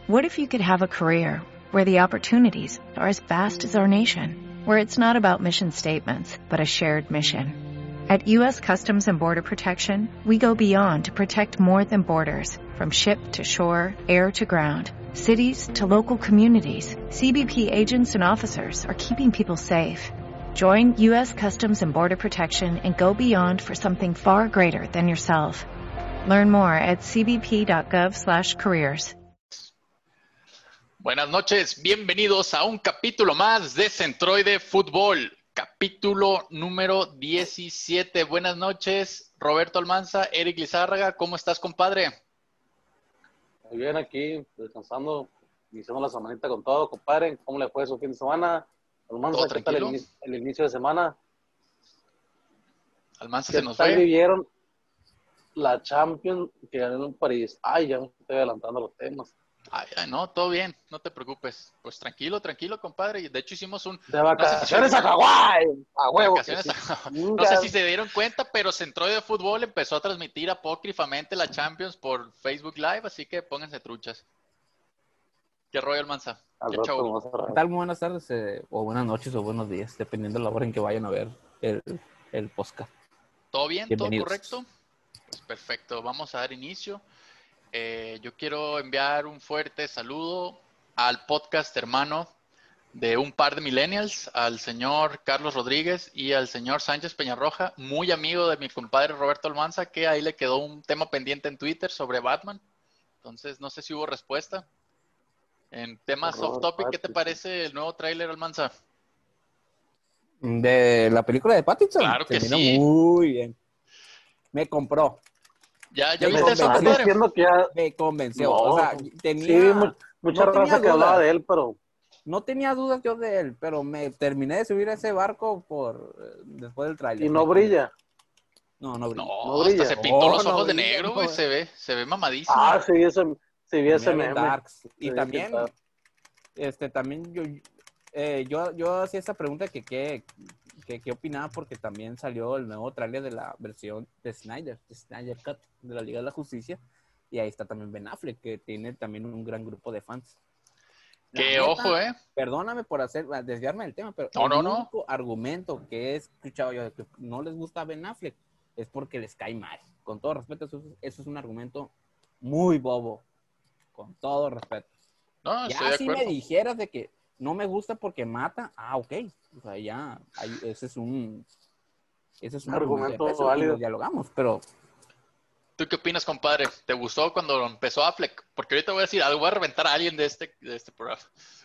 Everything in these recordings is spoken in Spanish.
What if you could have a career where the opportunities are as vast as our nation, where it's not about mission statements, but a shared mission? At U.S. Customs and Border Protection, we go beyond to protect more than borders. From ship to shore, air to ground, cities to local communities, CBP agents and officers are keeping people safe. Join U.S. Customs and Border Protection and go beyond for something far greater than yourself. Learn more at cbp.gov/careers. Buenas noches, bienvenidos a un capítulo más de Centroide Fútbol, capítulo número 17. Buenas noches, Roberto Almanza, Eric Lizárraga, ¿cómo estás, compadre? Muy bien, aquí descansando, iniciando la semanita con todo, compadre. ¿Cómo le fue su fin de semana? Almanza, ¿qué tal el inicio de semana? Almanza ¿Qué se nos tal fue? vivieron la Champions que ganó en París? Ay, ya me estoy adelantando los temas. Ay, no, todo bien, no te preocupes. Pues tranquilo, tranquilo, compadre. De hecho hicimos De vacaciones a Hawái, a huevo que sí. No sé si se dieron cuenta, pero Centroide Fútbol empezó a transmitir apócrifamente la Champions por Facebook Live, así que pónganse truchas. ¿Qué rollo, Almanza? Al ¿Qué rato show? vamos a cerrar. ¿Qué tal? Muy buenas tardes, o buenas noches, o buenos días, dependiendo de la hora en que vayan a ver el podcast. ¿Todo bien? ¿Todo Bienvenidos. correcto? Pues perfecto, vamos a dar inicio. Yo quiero enviar un fuerte saludo al podcast hermano de un par de millennials, al señor Carlos Rodríguez y al señor Sánchez Peñarroja, muy amigo de mi compadre Roberto Almanza, que ahí le quedó un tema pendiente en Twitter sobre Batman. Entonces, no sé si hubo respuesta. En temas off topic, ¿qué te parece el nuevo tráiler, Almanza? De la película de Pattinson. Claro que se mira sí. Muy bien. Me compró. ¿Ya Me viste eso, Estás compadre? diciendo que ya... Me convenció. No, O sea, sí, tenía... mucha no tenía raza que hablaba dudas. de él, pero... No tenía dudas yo de él, pero me terminé de subir a ese barco después del tráiler. Y no brilla. No, no brilla. No, brilla. hasta se pintó los No ojos de brilla, negro, no. güey. Se ve mamadísimo. Ah, sí, vi ese Mira bien meme. darks. Y Sí, también, pintado. yo hacía esta pregunta que qué opinaba, porque también salió el nuevo tráiler de la versión de Snyder Cut de la Liga de la Justicia, y ahí está también Ben Affleck, que tiene también un gran grupo de fans. Que ojo, Perdóname por desviarme del tema, pero No, el no. único argumento que he escuchado yo de que no les gusta a Ben Affleck es porque les cae mal. Con todo respeto, eso es un argumento muy bobo. Con todo respeto. No, estoy Ya de si acuerdo. me dijeras de que no me gusta porque mata, ok. O sea, ya, ese es un argumento de peso y válido. lo dialogamos, pero ¿Tú qué opinas, compadre? ¿Te gustó cuando empezó Affleck? Porque ahorita voy a decir algo, voy a reventar a alguien de este programa.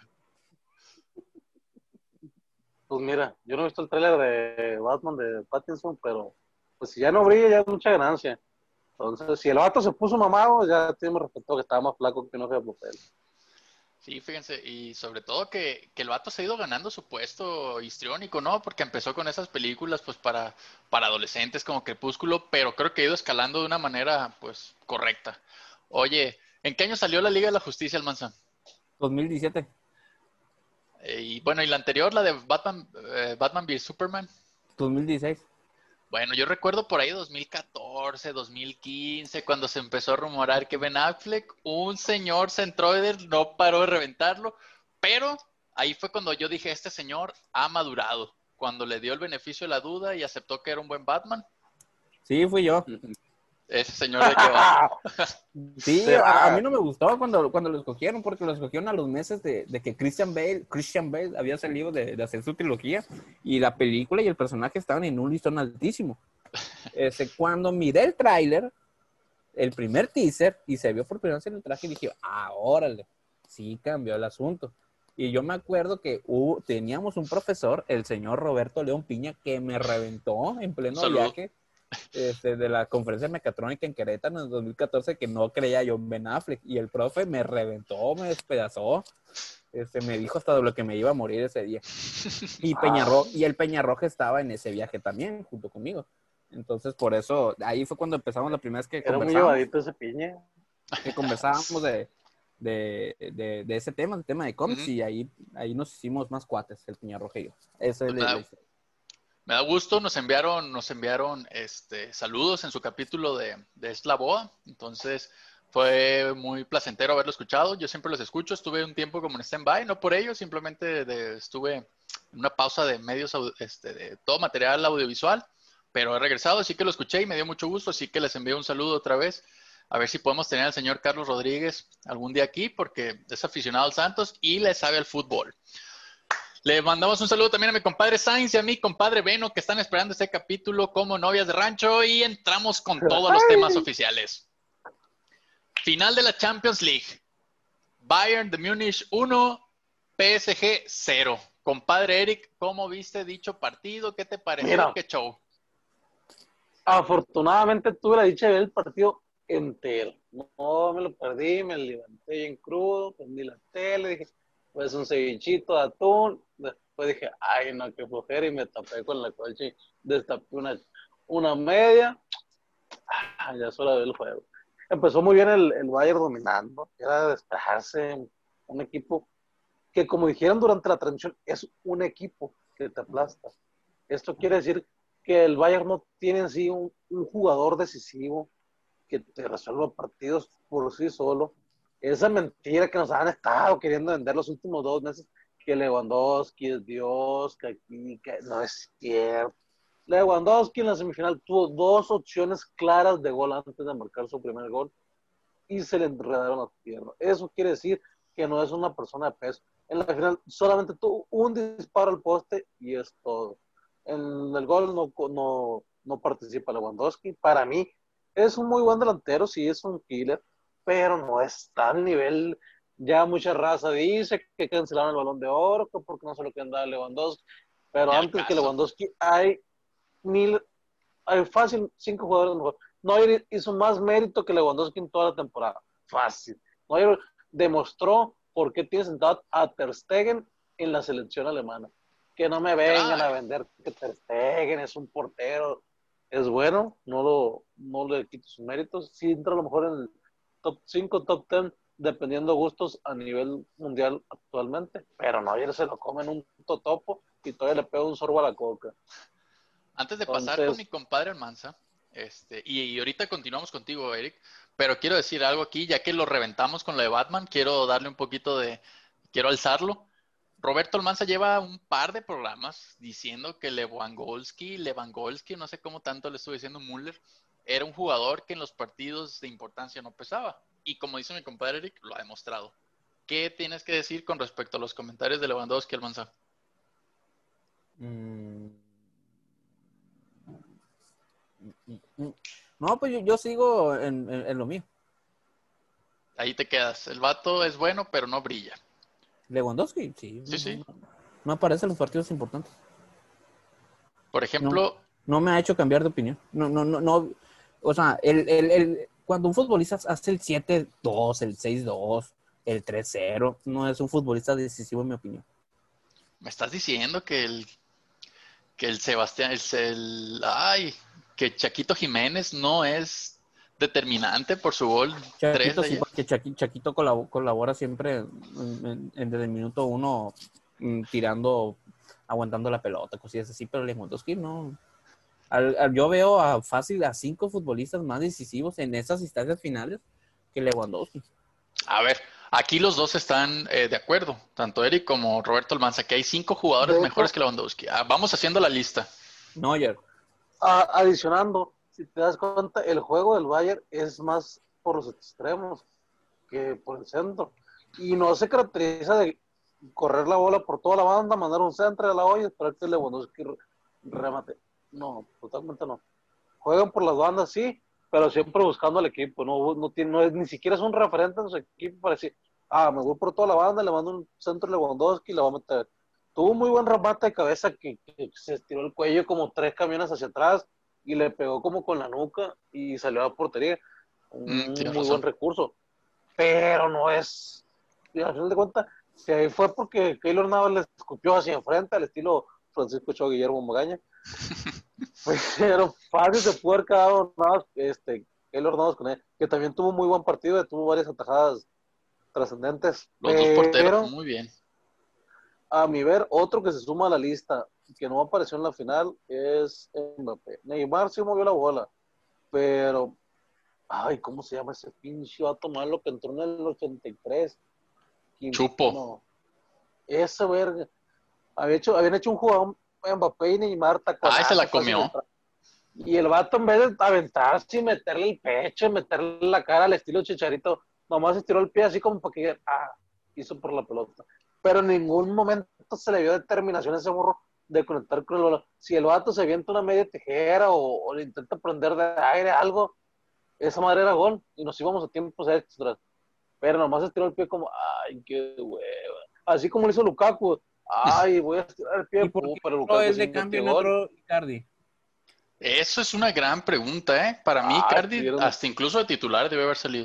Pues mira, yo no he visto el tráiler de Batman de Pattinson, pero pues si ya no brilla, ya es mucha ganancia. Entonces, si el vato se puso mamado, ya tiene respeto que estaba más flaco que no de papel. Sí, fíjense, y sobre todo que el vato se ha ido ganando su puesto histriónico, ¿no? Porque empezó con esas películas, pues, para adolescentes como Crepúsculo, pero creo que ha ido escalando de una manera, pues, correcta. Oye, ¿en qué año salió la Liga de la Justicia, Almanza? 2017. Y bueno, ¿y la anterior, la de Batman v Superman? 2016. Bueno, yo recuerdo por ahí 2014, 2015, cuando se empezó a rumorar que Ben Affleck, un señor centroide, no paró de reventarlo, pero ahí fue cuando yo dije, este señor ha madurado, cuando le dio el beneficio de la duda y aceptó que era un buen Batman. Sí, fui yo. Ese señor de que va. Sí, a mí no me gustó cuando lo escogieron, porque lo escogieron a los meses de que Christian Bale había salido de hacer su trilogía, y la película y el personaje estaban en un listón altísimo. Cuando miré el tráiler, el primer teaser, y se vio por primera vez en el traje, dije, órale, sí cambió el asunto. Y yo me acuerdo que teníamos un profesor, el señor Roberto León Piña, que me reventó en pleno viaje de la conferencia de mecatrónica en Querétaro en el 2014, que no creía yo en Ben Affleck, y el profe me reventó, me despedazó, me dijo hasta de lo que me iba a morir ese día. Y el Peñarroja estaba en ese viaje también, junto conmigo. Entonces, por eso, ahí fue cuando empezamos la primera vez que Era muy llevadito ese Piña. Que conversábamos de ese tema, el tema de cómics, y ahí nos hicimos más cuates, el Peñarroja y yo. Eso es Me da gusto, nos enviaron saludos en su capítulo de Eslaboa. Entonces, Fue muy placentero haberlo escuchado. Yo siempre los escucho. Estuve un tiempo como en stand-by, no por ello, simplemente estuve en una pausa de medios, de todo material audiovisual, pero he regresado, así que lo escuché y me dio mucho gusto, así que les envío un saludo otra vez. A ver si podemos tener al señor Carlos Rodríguez algún día aquí, porque es aficionado al Santos y le sabe al fútbol. Le mandamos un saludo también a mi compadre Sainz y a mi compadre Beno, que están esperando este capítulo como novias de rancho, y entramos con todos los temas oficiales. Final de la Champions League. Bayern de Múnich 1, PSG 0. Compadre Eric, ¿cómo viste dicho partido? ¿Qué te pareció? Mira, ¿Qué show? afortunadamente tuve la dicha de ver el partido entero. No me lo perdí, me levanté bien crudo, prendí la tele, dije, pues un cevichito de atún. Después dije, ay, no, qué flojera, y me tapé con la colcha y destapé una media. Ya es hora de ver el juego. Empezó muy bien el Bayern dominando, era de despejarse, un equipo que, como dijeron durante la transmisión, es un equipo que te aplasta. Esto quiere decir que el Bayern no tiene en sí un jugador decisivo que te resuelva partidos por sí solo. Esa mentira que nos han estado queriendo vender los últimos 2 meses, que Lewandowski es Dios, que aquí, que no es cierto. Lewandowski en la semifinal tuvo 2 opciones claras de gol antes de marcar su primer gol y se le enredaron las piernas. Eso quiere decir que no es una persona de peso. En la final solamente tuvo un disparo al poste y es todo. En el gol no participa Lewandowski. Para mí es un muy buen delantero, sí es un killer, pero no está al nivel. Ya mucha raza dice que cancelaron el Balón de Oro, que porque no se lo quieren dar a Lewandowski. Pero Ni al antes que caso. Lewandowski hay fácil 5 jugadores mejor. Neuer hizo más mérito que Lewandowski en toda la temporada. Fácil. Neuer demostró por qué tiene sentado a Ter Stegen en la selección alemana. Que no me vengan a vender que Ter Stegen es un portero. Es bueno, no le quito sus méritos. Sí entra a lo mejor en el top 5, top 10, dependiendo gustos a nivel mundial actualmente. Pero Neuer se lo come en un totopo y todavía le pega un sorbo a la coca. Antes de pasar con Entonces, mi compadre Almanza, y ahorita continuamos contigo, Eric, pero quiero decir algo aquí, ya que lo reventamos con lo de Batman, quiero darle un poquito quiero alzarlo. Roberto Almanza lleva un par de programas diciendo que Lewandowski, no sé cómo tanto le estuve diciendo Müller, era un jugador que en los partidos de importancia no pesaba. Y como dice mi compadre Eric, lo ha demostrado. ¿Qué tienes que decir con respecto a los comentarios de Lewandowski, Almanza? No, pues yo sigo en lo mío. Ahí te quedas. El vato es bueno, pero no brilla. Lewandowski, sí. Sí. No aparece en los partidos importantes. Por ejemplo, no me ha hecho cambiar de opinión. No. O sea, cuando un futbolista hace el 7-2, el 6-2, el 3-0, no es un futbolista decisivo en mi opinión. me estás diciendo que el Sebastián, que Chaquito Jiménez no es determinante por su gol 3 de Sí, ayer. porque Chaquito colabora siempre desde el minuto 1 tirando, aguantando la pelota, cosillas así, pero Lewandowski no. Yo veo a 5 futbolistas más decisivos en esas instancias finales que Lewandowski. A ver, aquí los dos están de acuerdo, tanto Eric como Roberto Almanza, que hay 5 jugadores mejores que Lewandowski. Vamos haciendo la lista. Neuer. Adicionando, si te das cuenta, el juego del Bayern es más por los extremos que por el centro. Y no se caracteriza de correr la bola por toda la banda, mandar un centro a la olla y esperar que Lewandowski remate. No, totalmente no. Juegan por las bandas, sí, pero siempre buscando al equipo. Ni siquiera es un referente en su equipo para decir, me voy por toda la banda, le mando un centro a Lewandowski y le va a meter. Tuvo un muy buen remate de cabeza que se estiró el cuello como 3 camiones hacia atrás y le pegó como con la nuca y salió a la portería. Un Tienes muy razón. buen recurso. Pero no es. Y al final de cuentas, si ahí fue porque Keylor Navas le escupió hacia enfrente al estilo Francisco Cho Guillermo Magaña. Pero fácil se pudo haber quedado Navas, Keylor Navas con él, que también tuvo muy buen partido, tuvo varias atajadas trascendentes. Los dos porteros, muy bien. A mi ver, otro que se suma a la lista, que no apareció en la final, es Mbappé. Neymar sí movió la bola, pero Ay, ¿cómo se llama ese pinche vato malo que entró en el 83? Chupo. No, ese verga. Habían hecho un jugador Mbappé y Neymar Ay, se la taconazo fácil. comió. Y el vato, en vez de aventarse y meterle el pecho, meterle la cara al estilo Chicharito, nomás estiró el pie así como para que hizo por la pelota. Pero en ningún momento se le vio determinación a ese morro de conectar con el balón. Si el vato se avienta una media tijera o le intenta prender de aire algo, esa madre era gol y nos íbamos a tiempos extras. Pero nomás estiró el pie como, ay, qué hueva. Así como lo hizo Lukaku, ay, voy a estirar el ¿Y pie, por qué pero entró Lukaku él sí de cambio metió y no gol. entró Icardi? Eso es una gran pregunta, ¿eh? Para mí, Cardi, Estuvieron. hasta incluso de titular debe haber salido.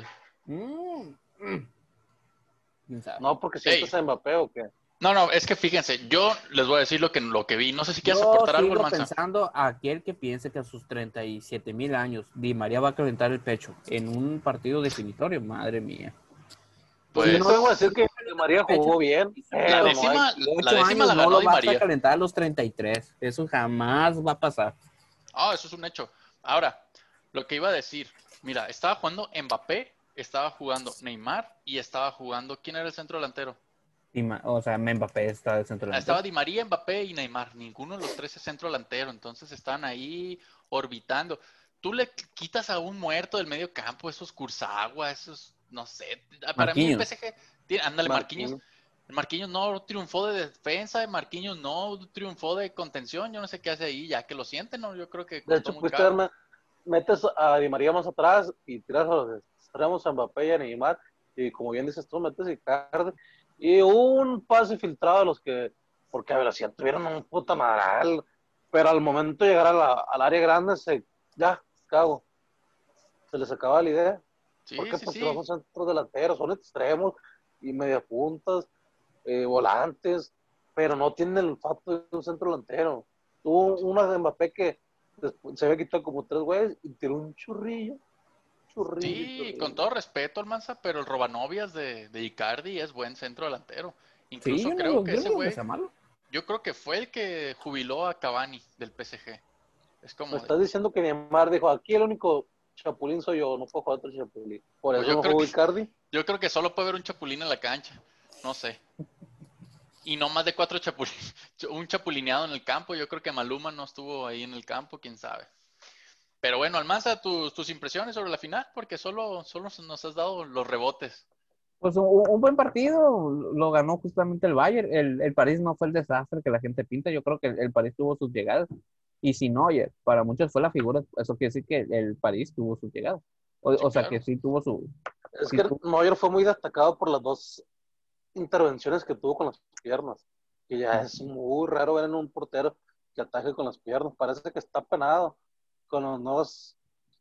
¿Quién sabe? No, porque Ey, sientes a Mbappé o qué. no, es que fíjense, yo les voy a decir lo que vi. No sé si quieres Yo aportar algo, sigo Almanza. pensando a aquel que piense que a sus 37,000 años Di María va a calentar el pecho en un partido definitorio. Madre mía. Pues yo Si no no vengo a Pues decir que Di María el pecho jugó bien, la pero no hay. décima, la 8 décima años la no ganó lo Di vas a María. calentar a los 33. Eso jamás va a pasar. Ah, eso es un hecho. Ahora, lo que iba a decir, mira, estaba jugando Mbappé, estaba jugando Neymar y estaba jugando, ¿quién era el centro delantero? O sea, Mbappé está de centro delantero. Estaba Di María, Mbappé y Neymar. Ninguno de los tres es centro delantero, entonces están ahí orbitando. Tú le quitas a un muerto del medio campo, esos Kurzawa, esos, no sé. Para mí el Marquinhos. PSG, ándale, Marquinhos. Marquinhos. Marquinhos no triunfó de defensa, Marquinhos no triunfó de contención, yo no sé qué hace ahí, ya que lo sienten, ¿no? Yo creo que De costó hecho, muy pues caro. metes a Di María más atrás y tiras a los extremos a Mbappé y a Neymar. Y como bien dices tú, metes a Icardi. Y un pase filtrado de los que, porque a velocidad tuvieron un puta madral. Pero al momento de llegar al área grande, ya, cago. Se les acaba la idea. ¿Por Sí, qué? sí, Porque no sí. son centros delanteros, son extremos y media puntas, volantes, pero no tienen el olfato de un centro delantero. Tuvo una de Mbappé que después se había quitado como 3 güeyes y tiró un churrillo, churrillo, Sí, con churrillo. todo respeto, Almanza, pero el Robanovias de Icardi es buen centro delantero. Sí, Incluso creo que yo ese no digo que güey, sea malo. yo creo que fue el que jubiló a Cavani del PSG. Es Me como de, estás diciendo que Neymar dijo, aquí el único chapulín soy yo, no puedo jugar otro chapulín. Por pues eso no jugó Icardi. yo creo que solo puede haber un chapulín en la cancha. No sé. Y no más de 4 chapulines, un chapulineado en el campo. Yo creo que Maluma no estuvo ahí en el campo, quién sabe. Pero bueno, Almanza, tus impresiones sobre la final, porque solo nos has dado los rebotes. Pues un buen partido, lo ganó justamente el Bayern. El París no fue el desastre que la gente pinta. Yo creo que el París tuvo sus llegadas. Y si no, oye, para muchos fue la figura. Eso quiere decir que el París tuvo sus llegadas. Sí, O sea que claro. sí tuvo su. Es Sí que tuvo- Neuer fue muy destacado por las dos intervenciones que tuvo con las piernas. Que ya es muy raro ver en un portero que ataje con las piernas. Parece que está penado con los nuevos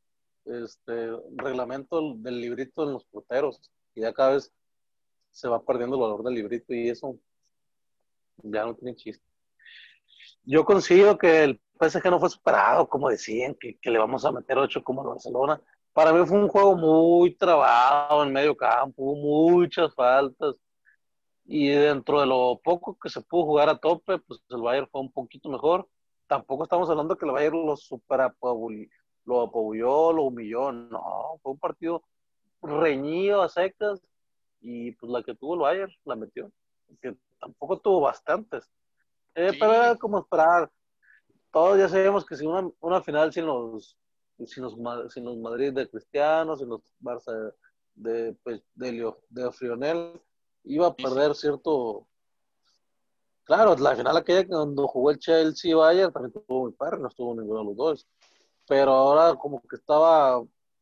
reglamentos del librito en los porteros. Y ya cada vez se va perdiendo el valor del librito y eso ya no tiene chiste. Yo considero que el PSG no fue superado, como decían, que le vamos a meter 8 como el Barcelona. Para mí fue un juego muy trabado en medio campo, hubo muchas faltas. Y dentro de lo poco que se pudo jugar a tope, pues el Bayern fue un poquito mejor. Tampoco estamos hablando que el Bayern lo apabulló, lo humilló. No, fue un partido reñido a secas y pues la que tuvo el Bayern la metió. Que tampoco tuvo bastantes. Pero Sí, era como esperar. Todos ya sabemos que si una final sin los Madrid de Cristiano, sin los Barça de Frionel, iba a sí, sí. perder cierto. Claro, la final aquella cuando jugó el Chelsea Bayern también estuvo muy padre, no estuvo ninguno de los dos. Pero ahora como que estaba.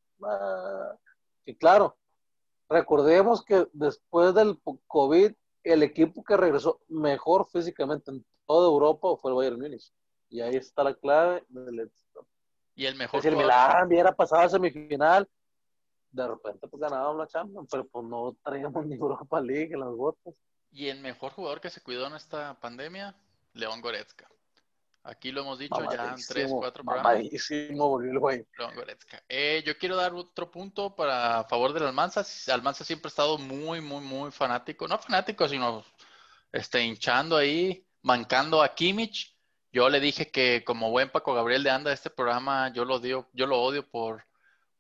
Y claro, recordemos que después del COVID, el equipo que regresó mejor físicamente en toda Europa fue el Bayern Múnich. Y ahí está la clave del éxito. Y el Que mejor si el jugador, Milan hubiera pasado a semifinal, de repente pues ganábamos la Champions, pero pues no traíamos ni Europa League en las botas. que se cuidó en esta pandemia, León Goretzka. Aquí lo hemos dicho ya en 3, Mamadísimo, 4 programas. mamadísimo volvió el güey. León Goretzka. Yo quiero dar otro punto para favor del Almanza. Almanza siempre ha estado muy, muy, muy fanático. No fanático, sino hinchando ahí, mancando a Kimmich. Yo le dije que como buen Paco Gabriel de Anda, este programa yo lo odio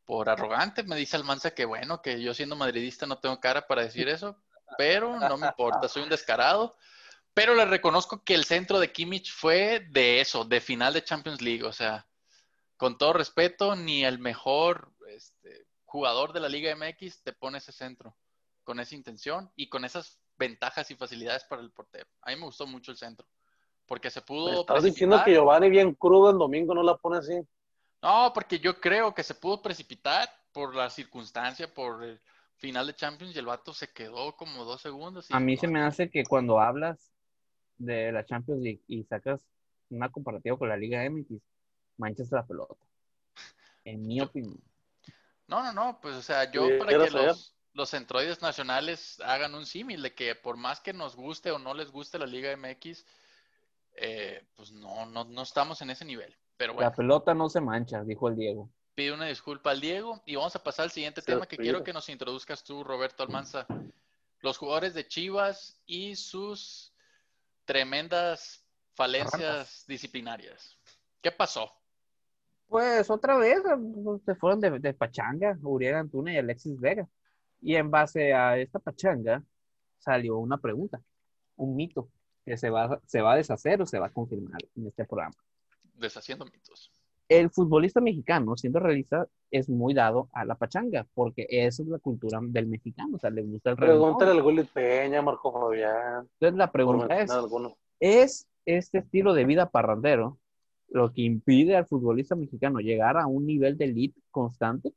por arrogante. Me dice Almanza que bueno, que yo siendo madridista no tengo cara para decir eso, pero no me importa, soy un descarado. Pero le reconozco que el centro de Kimmich fue de eso, de final de Champions League. O sea, con todo respeto, ni el mejor jugador de la Liga MX te pone ese centro con esa intención y con esas ventajas y facilidades para el portero. A mí me gustó mucho el centro, porque se ¿Me pudo estás diciendo que precipitar. Giovanni bien crudo en domingo no la pone así? No, porque yo creo que se pudo precipitar por la circunstancia, por el final de Champions y el vato se quedó como 2 segundos y A dijo, mí no, se me hace que cuando hablas de la Champions League y sacas una comparativa con la Liga MX, manchas la pelota, en mi yo, opinión. no, pues o sea, yo para Pudiera que ser. los centroides nacionales hagan un símil de que por más que nos guste o no les guste la Liga MX, pues no estamos en ese nivel. Pero La bueno, pelota no se mancha, dijo el Diego. pido una disculpa al Diego y vamos a pasar al siguiente Se tema que quiero aspira. que nos introduzcas tú, Roberto Almanza. Los jugadores de Chivas y sus tremendas Arrancas. falencias disciplinarias. ¿Qué pasó? Pues otra vez se fueron de pachanga, Uriel Antuna y Alexis Vega. Y en base a esta pachanga salió una pregunta, un mito, que se va a deshacer o se va a confirmar en este programa. Deshaciendo mitos. El futbolista mexicano, siendo realista, es muy dado a la pachanga, porque esa es la cultura del mexicano, o sea, le gusta el Pregúntale reventón. al Willy Peña, Marco Fabián, Entonces la por pregunta mencionar algunos. ¿es este estilo de vida parrandero lo que impide al futbolista mexicano llegar a un nivel de elite constante?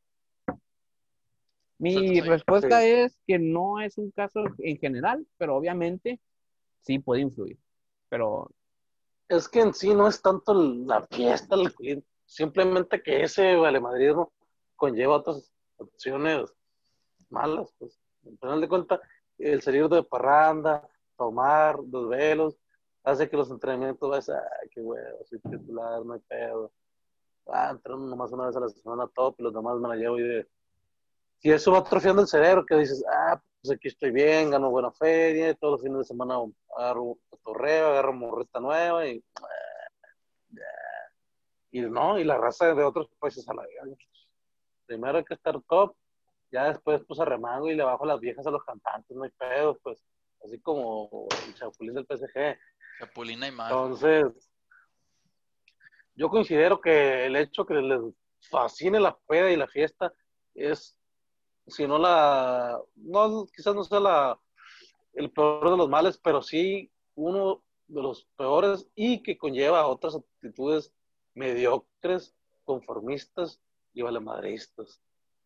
Mi Sueltas ahí. Sí. respuesta es que no es un caso en general, pero obviamente sí puede influir. Pero Es que en sí no es tanto la fiesta, simplemente que ese valemadrismo conlleva otras opciones malas, pues. Al final de cuentas, el salir de parranda, tomar, los velos, hace que los entrenamientos vayas, ay, qué huevo, soy titular, no hay pedo. Entreno nomás una vez a la semana top y los demás me la llevo y eso va atrofiando el cerebro, que dices, pues aquí estoy bien, gano buena feria, y todos los fines de semana agarro torreo, agarro morrita nueva y no, y la raza de otros países a la vez. Primero hay que estar top, ya después pues arremango y le bajo las viejas a los cantantes, no hay pedo, pues, así como el Chapulín del PSG. Chapulina y más. Entonces, yo considero que el hecho que les fascine la peda y la fiesta es, si no no, quizás no sea el peor de los males, pero sí uno de los peores y que conlleva a otras actitudes mediocres, conformistas y valemadristas.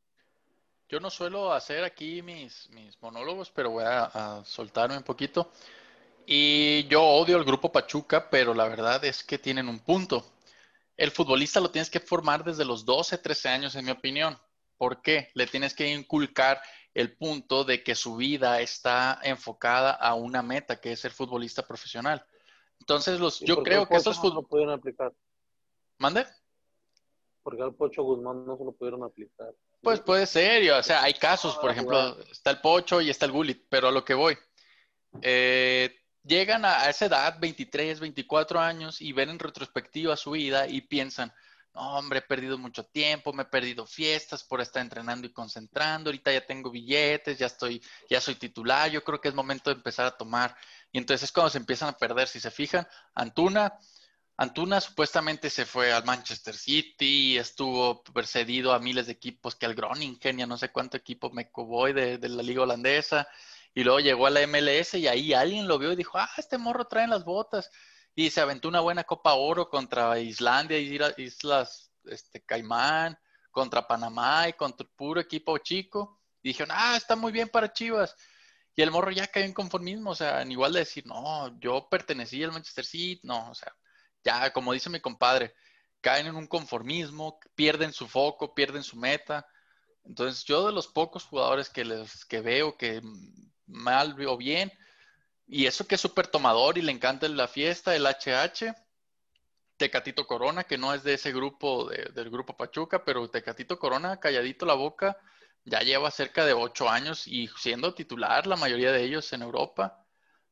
Yo no suelo hacer aquí mis monólogos, pero voy a soltarme un poquito. Y yo odio el grupo Pachuca, pero la verdad es que tienen un punto. El futbolista lo tienes que formar desde los 12, 13 años, en mi opinión. ¿Por qué? Le tienes que inculcar el punto de que su vida está enfocada a una meta, que es ser futbolista profesional. Entonces, ¿Y yo por qué el creo que Pocho esos no lo pudieron aplicar? ¿Mande? ¿Por qué al Pocho Guzmán no se lo pudieron aplicar? Pues puede ser, o sea, hay casos, por A jugar. ejemplo, está el Pocho y está el Gullit, pero a lo que voy. Llegan a esa edad, 23, 24 años, y ven en retrospectiva su vida y piensan, no, hombre, he perdido mucho tiempo, me he perdido fiestas por estar entrenando y concentrando, ahorita ya tengo billetes, ya soy titular, yo creo que es momento de empezar a tomar. Y entonces es cuando se empiezan a perder, si se fijan, Antuna supuestamente se fue al Manchester City, estuvo precedido a miles de equipos, que al Groningen, ya no sé cuánto equipo Mecoboy de la liga holandesa, y luego llegó a la MLS y ahí alguien lo vio y dijo, este morro trae en las botas, y se aventó una buena Copa Oro contra Islandia, Islas Caimán, contra Panamá y contra puro equipo chico, y dijeron, está muy bien para Chivas, y el morro ya cayó en conformismo, o sea, en igual de decir, no, yo pertenecí al Manchester City, no, o sea, ya, como dice mi compadre, caen en un conformismo, pierden su foco, pierden su meta. Entonces, yo de los pocos jugadores que veo que mal o bien, y eso que es súper tomador y le encanta la fiesta, el HH, Tecatito Corona, que no es de ese grupo, del grupo Pachuca, pero Tecatito Corona, calladito la boca, ya lleva cerca de 8 años y siendo titular la mayoría de ellos en Europa.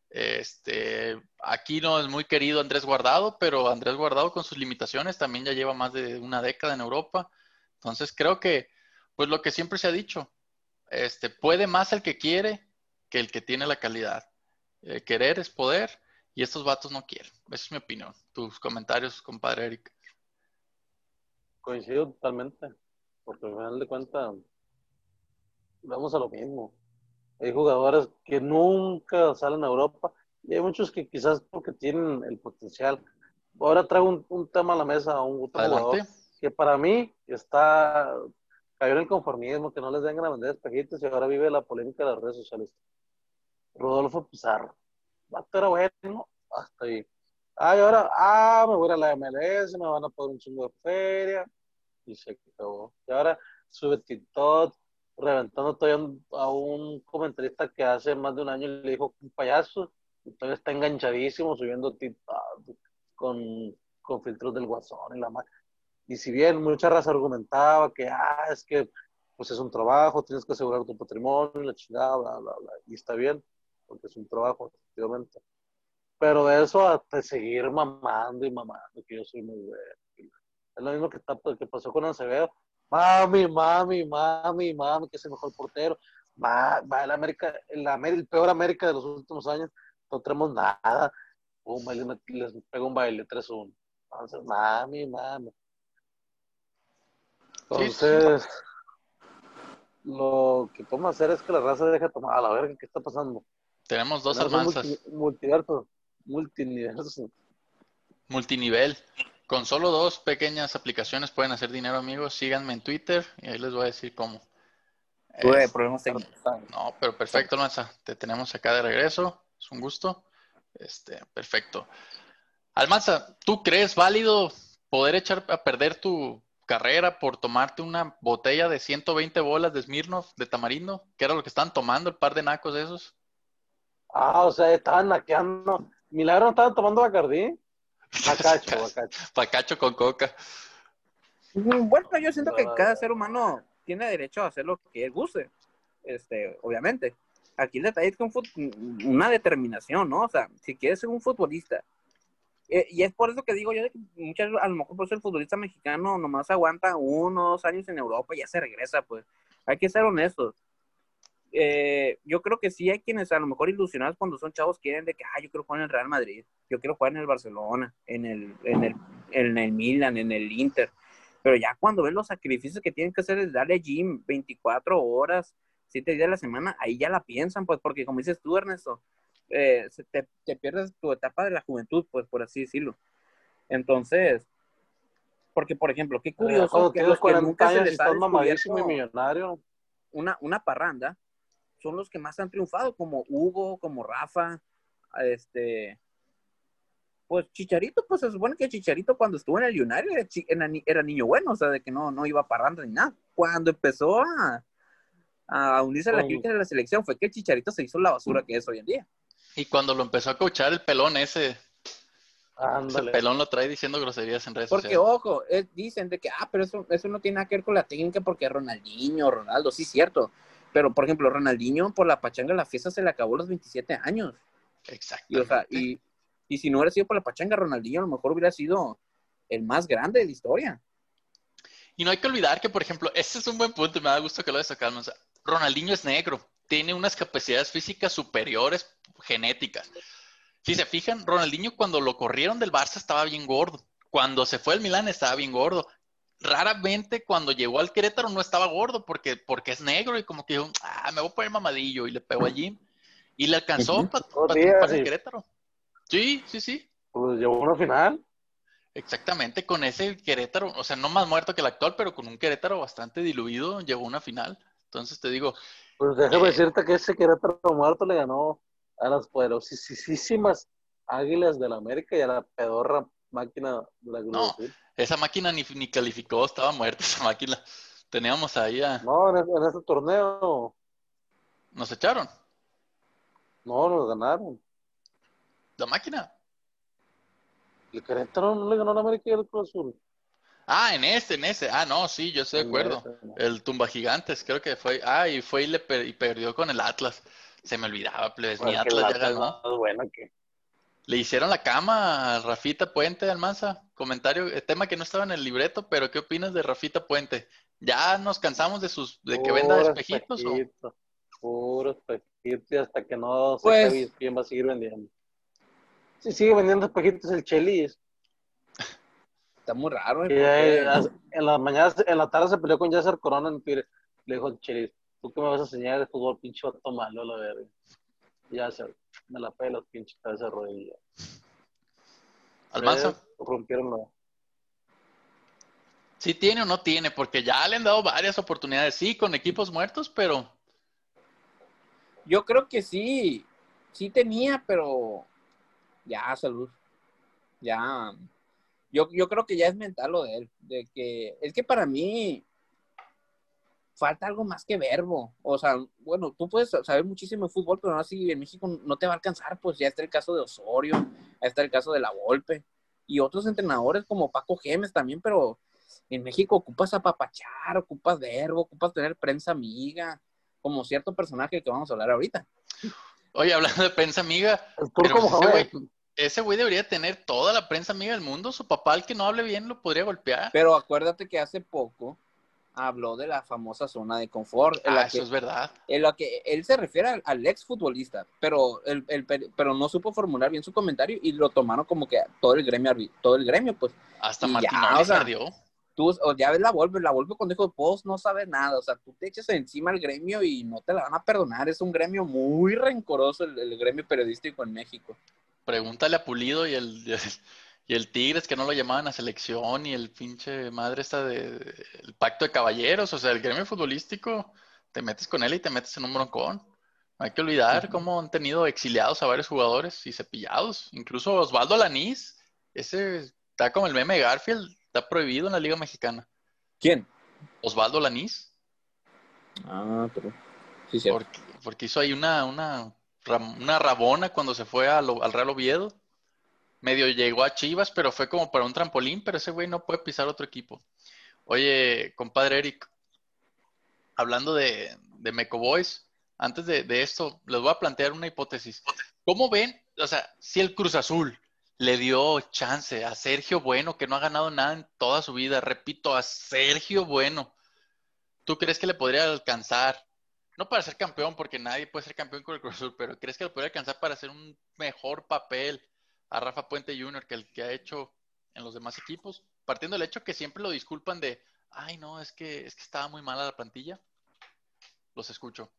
Aquí no es muy querido Andrés Guardado, pero Andrés Guardado con sus limitaciones también ya lleva más de una década en Europa. Entonces creo que, pues lo que siempre se ha dicho, puede más el que quiere que el que tiene la calidad. Querer es poder y estos vatos no quieren. Esa es mi opinión. Tus comentarios, compadre Eric. Coincido totalmente, porque al final de cuentas vamos a lo mismo. Hay jugadores que nunca salen a Europa y hay muchos que quizás porque tienen el potencial. Ahora traigo un tema a la mesa, un otro Adelante. jugador que para mí cayó en el conformismo, que no les vengan a vender espejitos y ahora vive la polémica de las redes sociales. Rodolfo Pizarro. Vato era bueno, hasta ahí. Y ahora, me voy a ir a la MLS, me van a poner un chingo de feria, y se acabó. Y ahora sube TikTok, reventando todavía a un comentarista que hace más de un año le dijo un payaso, y todavía está enganchadísimo subiendo TikTok con filtros del Guasón y la madre. Y si bien mucha raza argumentaba que, es que pues es un trabajo, tienes que asegurar tu patrimonio, la chingada, bla, bla, bla, y está bien, porque es un trabajo, efectivamente. Pero de eso hasta seguir mamando y mamando, que yo soy muy bueno. Es lo mismo que pasó con Acevedo. Mami, mami, mami, mami, que es el mejor portero. Va el peor América de los últimos años. No tenemos nada. Les pega un baile 3-1. Entonces, mami, mami. Entonces, Sí. lo que podemos hacer es que la raza deje tomar a la verga. ¿Qué está pasando? Tenemos dos Tenemos un Almanzas. multiverso. Multinivel. Con solo 2 pequeñas aplicaciones pueden hacer dinero, amigos. Síganme en Twitter y ahí les voy a decir cómo. Tuve problemas técnicos. No, pero perfecto, Almanza. Te tenemos acá de regreso. Es un gusto. Perfecto. Almanza, ¿tú crees válido poder echar a perder tu carrera por tomarte una botella de 120 bolas de Smirnoff de tamarindo? ¿Qué era lo que estaban tomando el par de nacos esos? O sea, estaban naqueando. Milagro no estaban tomando Bacardí. Bacacho. Pacacho con coca. Bueno, yo siento que No, cada ser humano tiene derecho a hacer lo que él guste, obviamente. Aquí el detalle es que una determinación, ¿no? O sea, si quieres ser un futbolista, y es por eso que digo yo de que a lo mejor por eso el futbolista mexicano nomás aguanta 1 o 2 años en Europa y ya se regresa, pues. Hay que ser honestos. Yo creo que sí hay quienes a lo mejor ilusionados cuando son chavos quieren de que, yo quiero jugar en el Real Madrid, yo quiero jugar en el Barcelona, en el Milan, en el Inter. Pero ya cuando ven los sacrificios que tienen que hacer es darle gym 24 horas, 7 días a la semana, ahí ya la piensan, pues, porque como dices tú, Ernesto, te pierdes tu etapa de la juventud, pues, por así decirlo. Entonces, porque, por ejemplo, qué curioso cuando que a tienes los que 40 nunca se años y les ha estás mamadísimo y descubierto millonario. una parranda, son los que más han triunfado, como Hugo, como Rafa, pues Chicharito, pues se supone que Chicharito cuando estuvo en el United era niño bueno, o sea, de que no iba a parranda ni nada. Cuando empezó a unirse a la clica de la selección fue que el Chicharito se hizo la basura que es hoy en día. Y cuando lo empezó a coachar el pelón ese Ándale. pelón lo trae diciendo groserías en redes Porque, sociales. ojo, dicen de que, pero eso no tiene nada que ver con la técnica porque Ronaldinho, Ronaldo, sí, cierto. Pero, por ejemplo, Ronaldinho por la pachanga la fiesta se le acabó a los 27 años. Y, o sea, y si no hubiera sido por la pachanga, Ronaldinho a lo mejor hubiera sido el más grande de la historia. Y no hay que olvidar que, por ejemplo, este es un buen punto y me da gusto que lo destacamos. O sea, Ronaldinho es negro, tiene unas capacidades físicas superiores genéticas. Si se fijan, Ronaldinho cuando lo corrieron del Barça estaba bien gordo. Cuando se fue al Milán estaba bien gordo. Raramente cuando llegó al Querétaro no estaba gordo porque es negro y como que dijo, me voy a poner mamadillo y le pegó al gym. Y le alcanzó para triunfar en Querétaro. Sí. Pues llegó a una final. Exactamente, con ese Querétaro, o sea, no más muerto que el actual, pero con un Querétaro bastante diluido, llegó a una final. Entonces te digo... Pues déjame decirte que ese Querétaro muerto le ganó a las poderosísimas Águilas del América y a la pedorra máquina de la Cruz Azul. Esa máquina ni calificó, estaba muerta esa máquina. Teníamos ahí No, en ese torneo. ¿Nos echaron? No, nos ganaron. ¿La máquina? El Querétaro no le ganó a la América y al Cruz Azul. En ese. No, sí, yo estoy de acuerdo. El Tumba Gigantes, creo que fue. Y perdió con el Atlas. Se me olvidaba, plebes. Mi Atlas ya ganó. No, bueno, ¿qué? Le hicieron la cama a Rafita Puente, Almanza. Comentario, tema que no estaba en el libreto, pero ¿qué opinas de Rafita Puente? Ya nos cansamos de que venda espejitos. Puro espejitos, y hasta que no se Pues, acabe quién va a seguir vendiendo. Si sigue vendiendo espejitos el Chelis. está muy raro, Que porque en la mañana, en la tarde se peleó con Yasser Corona en Twitter. Le dijo al Chelis, ¿tú qué me vas a enseñar de fútbol, pinche vato malo, la verga? Ya se me la pela, pinche cabeza de rodilla. Almanza, Rompieron la. ¿sí tiene o no tiene? Porque ya le han dado varias oportunidades, sí, con equipos muertos, pero yo creo que sí tenía, pero ya, salud, ya. Yo creo que ya es mental lo de él, de que es que para mí falta algo más que verbo. O sea, bueno, tú puedes saber muchísimo de fútbol, pero aún así en México no te va a alcanzar. Pues ya está el caso de Osorio, ya está el caso de La Volpe y otros entrenadores como Paco Gémez también, pero en México ocupas apapachar, ocupas verbo, ocupas tener prensa amiga, como cierto personaje que vamos a hablar ahorita. oye, hablando de prensa amiga, El pero turco Mohamed. ese güey debería tener toda la prensa amiga del mundo. Su papá, el que no hable bien, lo podría golpear. Pero acuérdate que hace poco habló de la famosa zona de confort, Eso es verdad. en la que él se refiere al exfutbolista, pero pero no supo formular bien su comentario y lo tomaron como que todo el gremio, pues. Hasta Y ya, Martinoli o se sea, ardió. tú ya ves la Volpe cuando dijo, vos no sabes nada, o sea, tú te echas encima al gremio y no te la van a perdonar, es un gremio muy rencoroso el gremio periodístico en México. Pregúntale a Pulido y el Tigres que no lo llamaban a selección y el pinche madre el pacto de caballeros, o sea, el gremio futbolístico, te metes con él y te metes en un broncón. No hay que olvidar cómo han tenido exiliados a varios jugadores y cepillados. Incluso Osvaldo Alanís, ese está como el meme de Garfield, está prohibido en la Liga Mexicana. ¿Quién? Osvaldo Alanís. Ah, pero sí, cierto. Porque hizo ahí una rabona cuando se fue al Real Oviedo. Medio llegó a Chivas, pero fue como para un trampolín, pero ese güey no puede pisar otro equipo. Oye, compadre Eric, hablando de Meco Boys, antes de esto, les voy a plantear una hipótesis. ¿Cómo ven? O sea, si el Cruz Azul le dio chance a Sergio Bueno, que no ha ganado nada en toda su vida, repito, a Sergio Bueno, ¿tú crees que le podría alcanzar? No para ser campeón, porque nadie puede ser campeón con el Cruz Azul, pero ¿crees que le podría alcanzar para hacer un mejor papel a Rafa Puente Jr. que el que ha hecho en los demás equipos? Partiendo del hecho que siempre lo disculpan de, ay no, es que estaba muy mala la plantilla. Los escucho.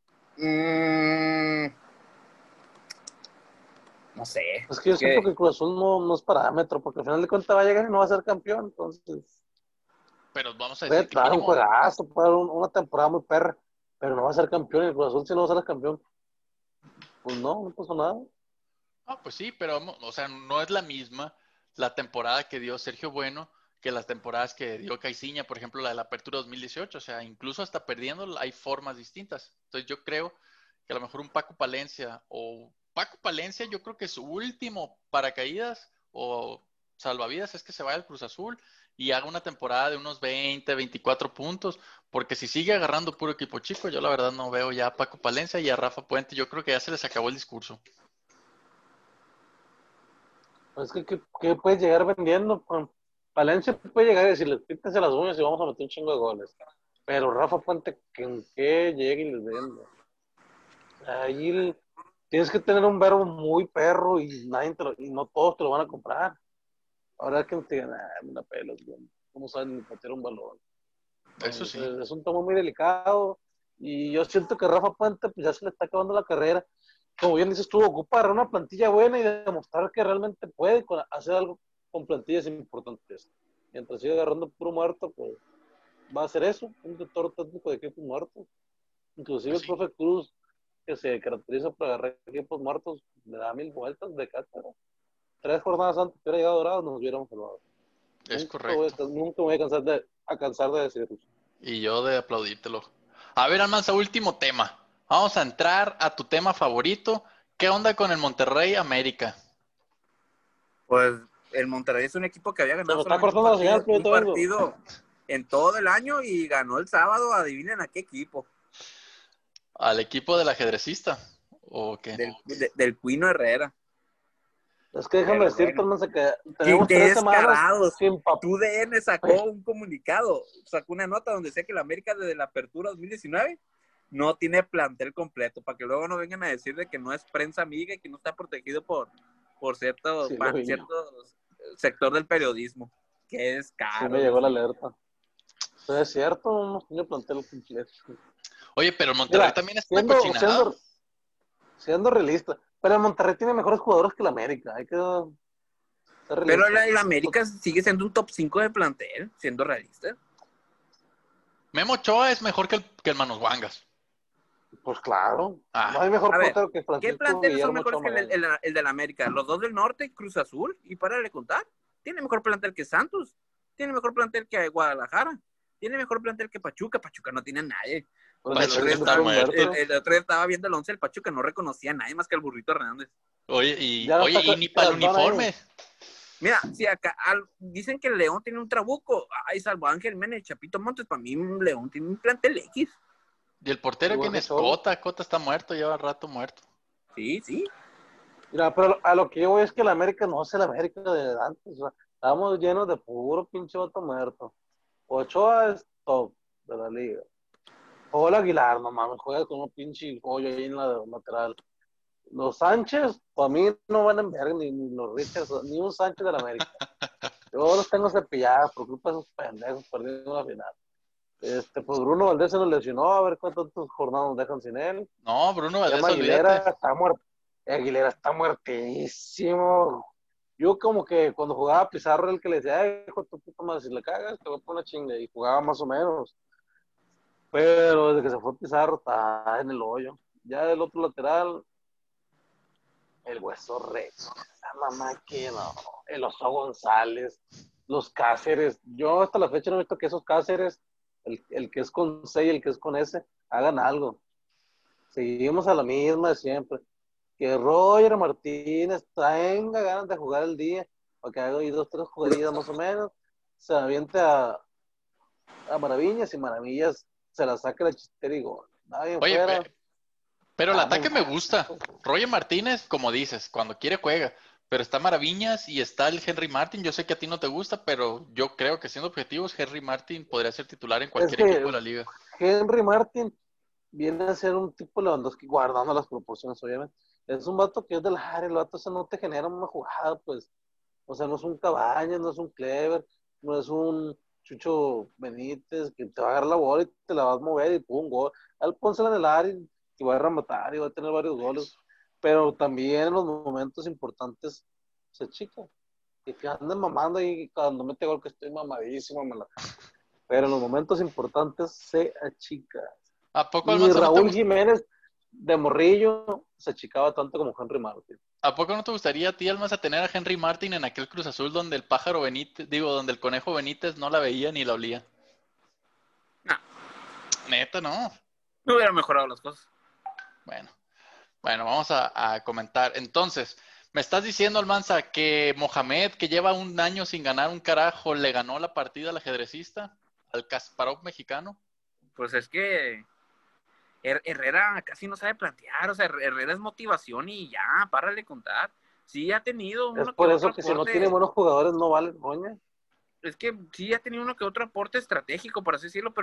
No sé. Es que yo siento que el Cruz Azul no es parámetro, porque al final de cuentas va a llegar y no va a ser campeón. Entonces, Pero vamos a puede decir que dar un mínimo, juegazo, puede dar una temporada muy perra, pero no va a ser campeón. Y el Cruz Azul, si no va a ser campeón, pues no pasó nada. pues sí, pero o sea, no es la misma la temporada que dio Sergio Bueno que las temporadas que dio Caixinha, por ejemplo, la de la Apertura 2018. O sea, incluso hasta perdiendo hay formas distintas. Entonces yo creo que a lo mejor un Paco Palencia, yo creo que su último paracaídas o salvavidas es que se vaya al Cruz Azul y haga una temporada de unos 20, 24 puntos, porque si sigue agarrando puro equipo chico, yo la verdad no veo ya a Paco Palencia y a Rafa Puente, yo creo que ya se les acabó el discurso. Es que, ¿qué puedes llegar vendiendo? Palencia puede llegar y decirles, pítense las uñas y vamos a meter un chingo de goles. Pero Rafa Puente, ¿en qué llega y les vende? Ahí tienes que tener un verbo muy perro y y no todos te lo van a comprar. Ahora que te digan, me la pelas, ¿cómo saben ni patear un balón? Eso sí. Es un tema muy delicado y yo siento que Rafa Puente pues ya se le está acabando la carrera. Como bien dices tú, ocupar una plantilla buena y demostrar que realmente puede hacer algo con plantillas importantes. Mientras siga agarrando puro muerto, pues va a hacer eso, un director técnico de equipos muertos. Inclusive Pues el sí, profe Cruz, que se caracteriza por agarrar equipos muertos, le da 1000 vueltas de cátedra. 3 jornadas antes que hubiera llegado Dorado, nos hubiéramos salvado. es correcto. Nunca me voy a cansar de decirlo. Y yo de aplaudírtelo. A ver, Almanza, último tema. Vamos a entrar a tu tema favorito. ¿Qué onda con el Monterrey América? Pues el Monterrey es un equipo que había Se ganado nos está solamente cortando la señal, pero un ahorita vengo. partido en todo el año y ganó el sábado, adivinen a qué equipo. ¿Al equipo del ajedrecista? ¿O qué? Del Cuino Herrera. Es que déjame Pero decirte, bueno. Almanza, que ¡Qué tenemos 3 semanas descarados! sin papel. Tu DN sacó un comunicado, sacó una nota donde decía que la América desde la apertura 2019 no tiene plantel completo, para que luego no vengan a decir de que no es prensa amiga y que no está protegido por cierto, Sí, lo vi yo. cierto sector del periodismo. ¡Qué Sí descaro! me llegó Dios la mío! alerta. Pero es cierto, no hemos tenido plantel completo. Oye, pero Monterrey Mira, también es una siendo, cochinada. siendo, siendo realista, pero el Monterrey tiene mejores jugadores que el América, hay que ser Pero realistas. el América sigue siendo un top 5 de plantel, siendo realista. Memo Ochoa es mejor que el Manos Guangas. Pues claro, no Ah, hay mejor A ver, portero que ¿qué Francisco planteles son Guillermo mejores Ochoa que Magaña. el del América? Los dos del norte, Cruz Azul, y párale de contar. Tiene mejor plantel que Santos, tiene mejor plantel que Guadalajara, tiene mejor plantel que Pachuca. Pachuca no tiene a nadie. Pero O sea, se el está otro día Pachuca está diciendo estaba, un muerto. muerto. el otro día estaba viendo el 11 del Pachuca, no reconocía a nadie más que al Burrito Hernández. Ya no está Y ni para el Crantón ahí. uniforme. Mira, si acá dicen que el León tiene un trabuco, ay, salvo Ángel Mene, Chapito Montes, para mí León tiene un plantel X. Y el portero, Igual ¿quién que es? Cholo. Cota está muerto, lleva rato muerto. Sí, sí. Mira, pero a lo que yo voy es que el América no es el América de antes. O sea, estamos llenos de puro pinche vato muerto. Ochoa es top de la liga. Paul Aguilar, no mames, juega con un pinche hoyo ahí en la lateral. Los Sánchez, para mí no van en verga, ni los Richards, ni un Sánchez de la América. Yo los tengo cepillados por culpa de esos pendejos perdiendo la final. Pues Bruno Valdés se nos lesionó, a ver cuántas jornadas nos dejan sin él. No, Bruno Emma Valdés, Aguilera olvídate. está muerto. Aguilera está muertísimo. Yo como que cuando jugaba Pizarro el que le decía, ay, hijo de tu puta madre, si le cagas, te voy a poner chinga. Y jugaba más o menos. Pero desde que se fue Pizarro está en el hoyo. Ya del otro lateral, el Hueso Rex. La mamá que no. El Oso González. Los Cáceres. Yo hasta la fecha no he visto que esos Cáceres, el que es con C y el que es con S, hagan algo. Seguimos a la misma de siempre. Que Roger Martínez tenga ganas de jugar el día, para que haga ahí 2, 3 jugadas más o menos, se aviente a Maravillas y Maravillas se la saca la chistera y gol. Nada bien Oye, fuera. pero el Estamos ataque me mal. gusta. Roger Martínez, como dices, cuando quiere juega. Pero está Maraviñas y está el Henry Martin. Yo sé que a ti no te gusta, pero yo creo que siendo objetivos, Henry Martin podría ser titular en Es cualquier equipo que de la liga. Henry Martin viene a ser un tipo Lewandowski, guardando las proporciones, obviamente. Es un vato que es del área, el vato ese no te genera una jugada, pues. O sea, no es un Cabañas, no es un Clever, no es un Chucho Benítez que te va a agarrar la bola y te la vas a mover y pum, gol. Al pónsela en el área y va a rematar y va a tener varios goles. Pero también en los momentos importantes se chica. Y que anden mamando y cuando mete gol que estoy mamadísimo, pero en los momentos importantes se achica. ¿A poco Ni Almanza no te Raúl gusta? Jiménez de morrillo se achicaba tanto como Henry Martin. ¿A poco no te gustaría a ti, Almanza, tener a Henry Martin en aquel Cruz Azul donde el pájaro Benítez, digo, donde el conejo Benítez no la veía ni la olía? No, Neta, no. no hubiera mejorado las cosas. Bueno, vamos a comentar. Entonces, me estás diciendo, Almanza, que Mohamed, que lleva un año sin ganar un carajo, le ganó la partida al ajedrecista, al Kasparov mexicano. Pues es que Herrera casi no sabe plantear, o sea, Herrera es motivación y ya, párale de contar. Sí ha tenido Es uno que por otro eso que si no tiene aporte, buenos jugadores no vale coña. es que sí ha tenido uno que otro aporte estratégico, por así decirlo,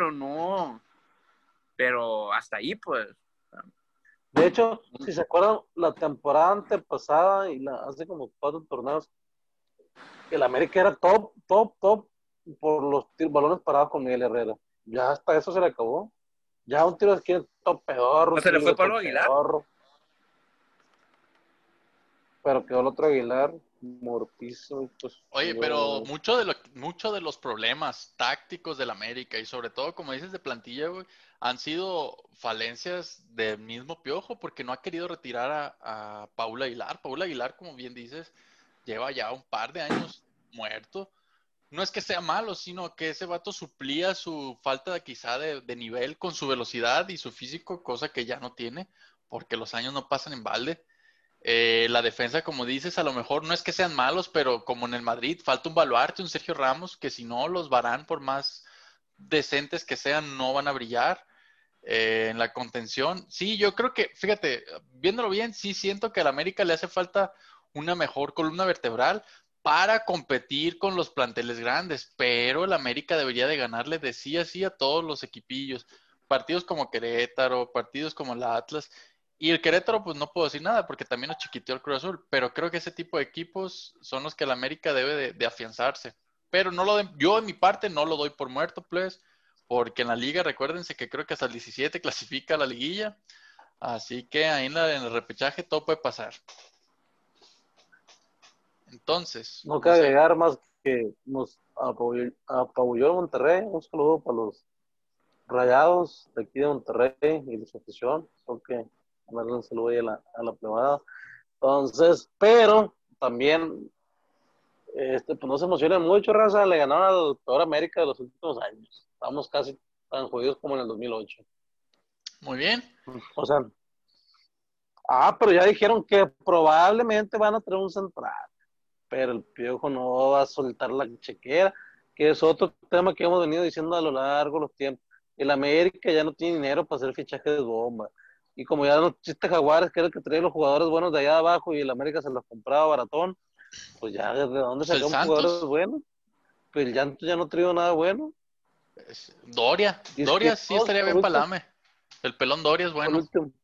pero hasta ahí, pues. De hecho, si se acuerdan, la temporada antepasada y hace como 4 torneos, el América era top, top, top por los balones parados con Miguel Herrera. Ya hasta eso se le acabó. Ya un tiro de esquina top pedorro, ¿No un se tiro le fue libre Pablo top Aguilar? pedorro. Pero quedó el otro Aguilar, mortísimo. Pues, Oye, pero mucho de los problemas tácticos del América y sobre todo, como dices, de plantilla, güey, han sido falencias del mismo Piojo porque no ha querido retirar a Paula Aguilar. Paula Aguilar, como bien dices, lleva ya un par de años muerto. No es que sea malo, sino que ese vato suplía su falta quizá de nivel con su velocidad y su físico, cosa que ya no tiene, porque los años no pasan en balde. La defensa, como dices, a lo mejor no es que sean malos, pero como en el Madrid, falta un baluarte, un Sergio Ramos, que si no los Varane, por más decentes que sean, no van a brillar. En la contención, sí, yo creo que, fíjate, viéndolo bien, sí siento que al América le hace falta una mejor columna vertebral para competir con los planteles grandes, pero el América debería de ganarle de sí a sí a todos los equipillos, partidos como Querétaro, partidos como el Atlas, y el Querétaro pues no puedo decir nada porque también nos chiquiteó el Cruz Azul, pero creo que ese tipo de equipos son los que el América debe de afianzarse, pero yo en mi parte no lo doy por muerto, pues, porque en la liga recuérdense que creo que hasta el 17 clasifica a la liguilla, así que ahí en el repechaje todo puede pasar. Entonces, No cabe agregar más que nos apabulló Monterrey. Un saludo para los Rayados de aquí de Monterrey y de su afición. Creo que darle un saludo ahí a la plebada. Entonces, pero también pues no se emocionen mucho, raza. Le ganaron al peor América de los últimos años. Estamos casi tan jodidos como en el 2008. Muy bien. O sea, pero ya dijeron que probablemente van a tener un central. Pero el Piojo no va a soltar la chequera, que es otro tema que hemos venido diciendo a lo largo de los tiempos. El América ya no tiene dinero para hacer fichajes de bomba. Y como ya no existe Jaguares, que era el que traía los jugadores buenos de allá abajo y el América se los compraba baratón, pues ya ¿de dónde Pues sacamos jugadores buenos? Pues el Llanto ya no ha traído nada bueno. Doria sí estaría bien palame. El pelón Doria es bueno.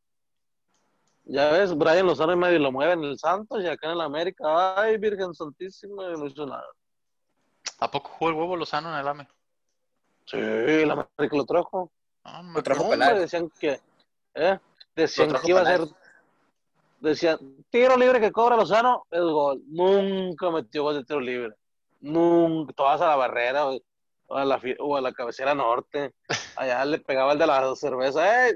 Ya ves, Brian Lozano medio lo mueve en el Santos y acá en el América, ay, Virgen Santísima, no hizo nada. ¿A poco jugó el huevo Lozano en el AME? Sí, el América lo trajo. Lo trajo Peláez. Decían que iba a ser, decían, tiro libre que cobra Lozano, el gol. Nunca metió gol de tiro libre. Nunca, todas a la barrera o a la cabecera norte. Allá le pegaba el de la cerveza,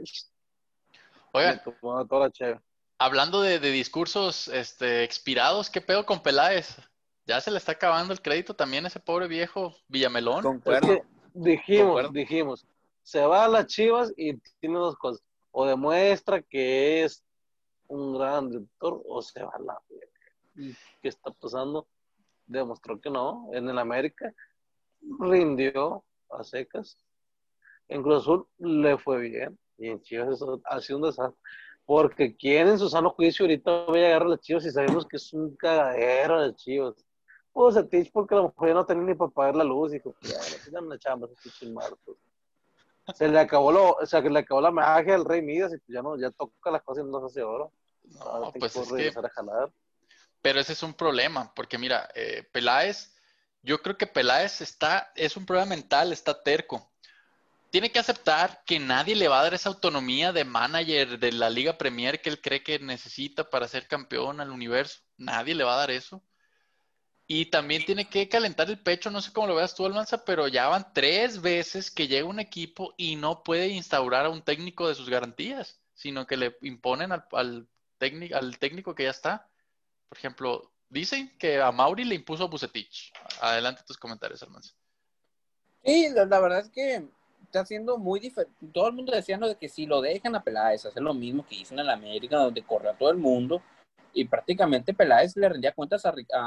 Oiga, toda la chévere. Hablando de discursos expirados, ¿qué pedo con Peláez? Ya se le está acabando el crédito también a ese pobre viejo Villamelón. Concuerdo. Es que dijimos, se va a las Chivas y tiene dos cosas. O demuestra que es un gran director o se va a la verga. ¿Qué está pasando? Demostró que no. En el América rindió a secas. En Cruz Azul le fue bien. Y en Chivas eso ha sido un desastre. Porque quién en su sano juicio ahorita voy a agarrar a las Chivas y sabemos que es un cagadero de Chivas. Pues a Tich porque a lo mejor ya no tenía ni para pagar la luz y dijo, ya, no una chamba, ese muerto. Se le acabó la magia del Rey Midas y pues ya toca las cosas y no se hace oro. No, pues es que... a jalar. Pero ese es un problema, porque mira, Peláez, yo creo que Peláez es un problema mental, está terco. Tiene que aceptar que nadie le va a dar esa autonomía de manager de la Liga Premier que él cree que necesita para ser campeón al universo. Nadie le va a dar eso. Y también tiene que calentar el pecho, no sé cómo lo veas tú, Almanza, pero ya van 3 veces que llega un equipo y no puede instaurar a un técnico de sus garantías, sino que le imponen al técnico que ya está. Por ejemplo, dicen que a Mauri le impuso a Vucetich. Adelante tus comentarios, Almanza. Sí, la verdad es que está siendo muy diferente. Todo el mundo decía de que si lo dejan a Peláez hacer lo mismo que hizo en el América, donde corre a todo el mundo, y prácticamente Peláez le rendía cuentas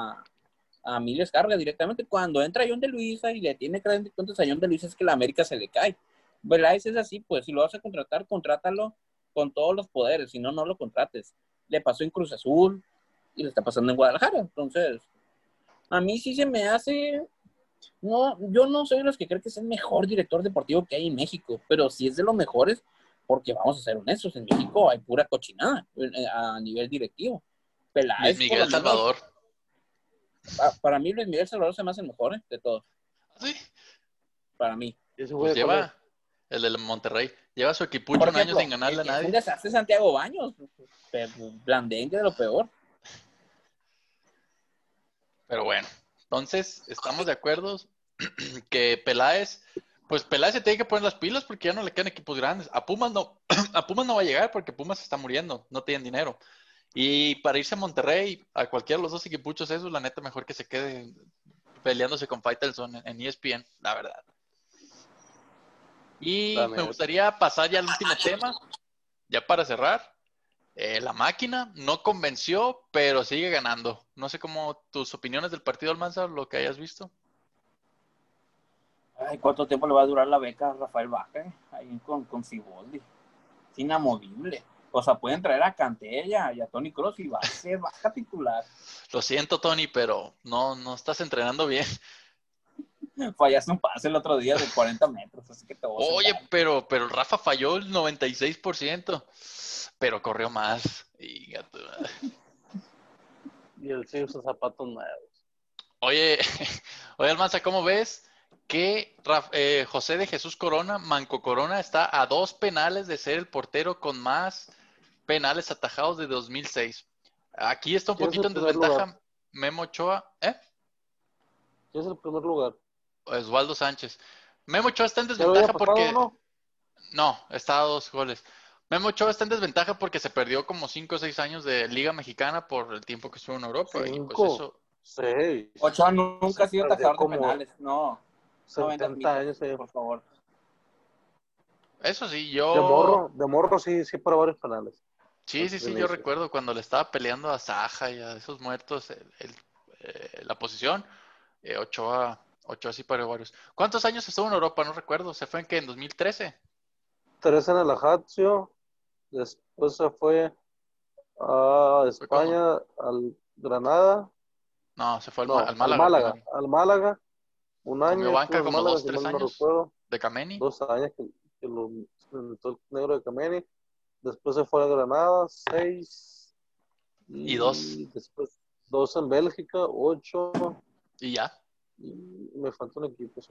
a Emilio Escarga directamente. Cuando entra John de Luisa y le tiene que rendir cuentas a John de Luisa, es que la América se le cae. Peláez es así, pues si lo vas a contratar, contrátalo con todos los poderes, si no, no lo contrates. Le pasó en Cruz Azul y le está pasando en Guadalajara. Entonces, a mí sí se me hace... No, yo no soy de los que creen que es el mejor director deportivo que hay en México, pero sí es de los mejores, porque vamos a ser honestos, en México hay pura cochinada a nivel directivo. Peláez, Luis Miguel Salvador. Para mí Luis Miguel Salvador se me hace el mejor de todos. ¿Sí? Para mí. Pues lleva el del Monterrey. Lleva su equipucho un año sin ganarle a nadie. Es un desastre Santiago Baños. Blandengue de lo peor. Pero bueno, entonces estamos de acuerdo que Peláez se tiene que poner las pilas porque ya no le quedan equipos grandes. A Pumas no va a llegar porque Pumas se está muriendo, no tienen dinero. Y para irse a Monterrey, a cualquiera de los dos equipuchos esos, la neta mejor que se quede peleándose con Faitelson en ESPN, la verdad. Y me gustaría pasar ya al último tema, ya para cerrar. La máquina no convenció, pero sigue ganando. No sé cómo tus opiniones del partido, Almanza, lo que hayas visto. Ay, ¿cuánto tiempo le va a durar la beca a Rafael Vaca? Ahí con Siboldi. Es inamovible. O sea, pueden traer a Kanté y a Toni Kroos y va a ser baja titular. Lo siento, Tony, pero no estás entrenando bien. Fallaste un pase el otro día de 40 metros, así que te voy a Oye, sentar. pero Rafa falló el 96%, pero corrió más. Y Y él sí usa zapatos nuevos. Oye, oye, Almanza, ¿cómo ves que José de Jesús Corona, Manco Corona, está a 2 penales de ser el portero con más penales atajados de 2006? Aquí está un ¿Quién es el poquito en primer lugar? desventaja Memo Ochoa, ¿Quién es el primer lugar? Osvaldo Sánchez. Memo Ochoa está en ¿Ya lo había desventaja pasado o porque no? no, está a 2 goles. Memo Ochoa está en desventaja porque se perdió como 5 o 6 años de Liga Mexicana por el tiempo que estuvo en Europa y pues 5, eso, 6. Ochoa nunca Se ha sido perdió tajador de como penales. No vendas 70 mitos, años. por favor. eso sí, De morro sí, sí para varios penales. Antes de sí, yo inicio. recuerdo cuando le estaba peleando a Saja y a esos muertos la posición, Ochoa sí paró varios. ¿Cuántos años estuvo en Europa? No recuerdo, ¿se fue en qué? ¿En 2013? 3 en el Ajaccio. Después se fue a Fue como, España, al Granada. no, se fue No, al Málaga primero. Al Málaga. Un año Comió estuvo banca en el como Málaga, dos, si tres mal no años recuerdo. de Kameni 2 años que lo inventó el negro de Kameni. Después se fue a Granada, 6. y dos, Y después 2 en Bélgica, 8. y ya, Y me falta un equipo.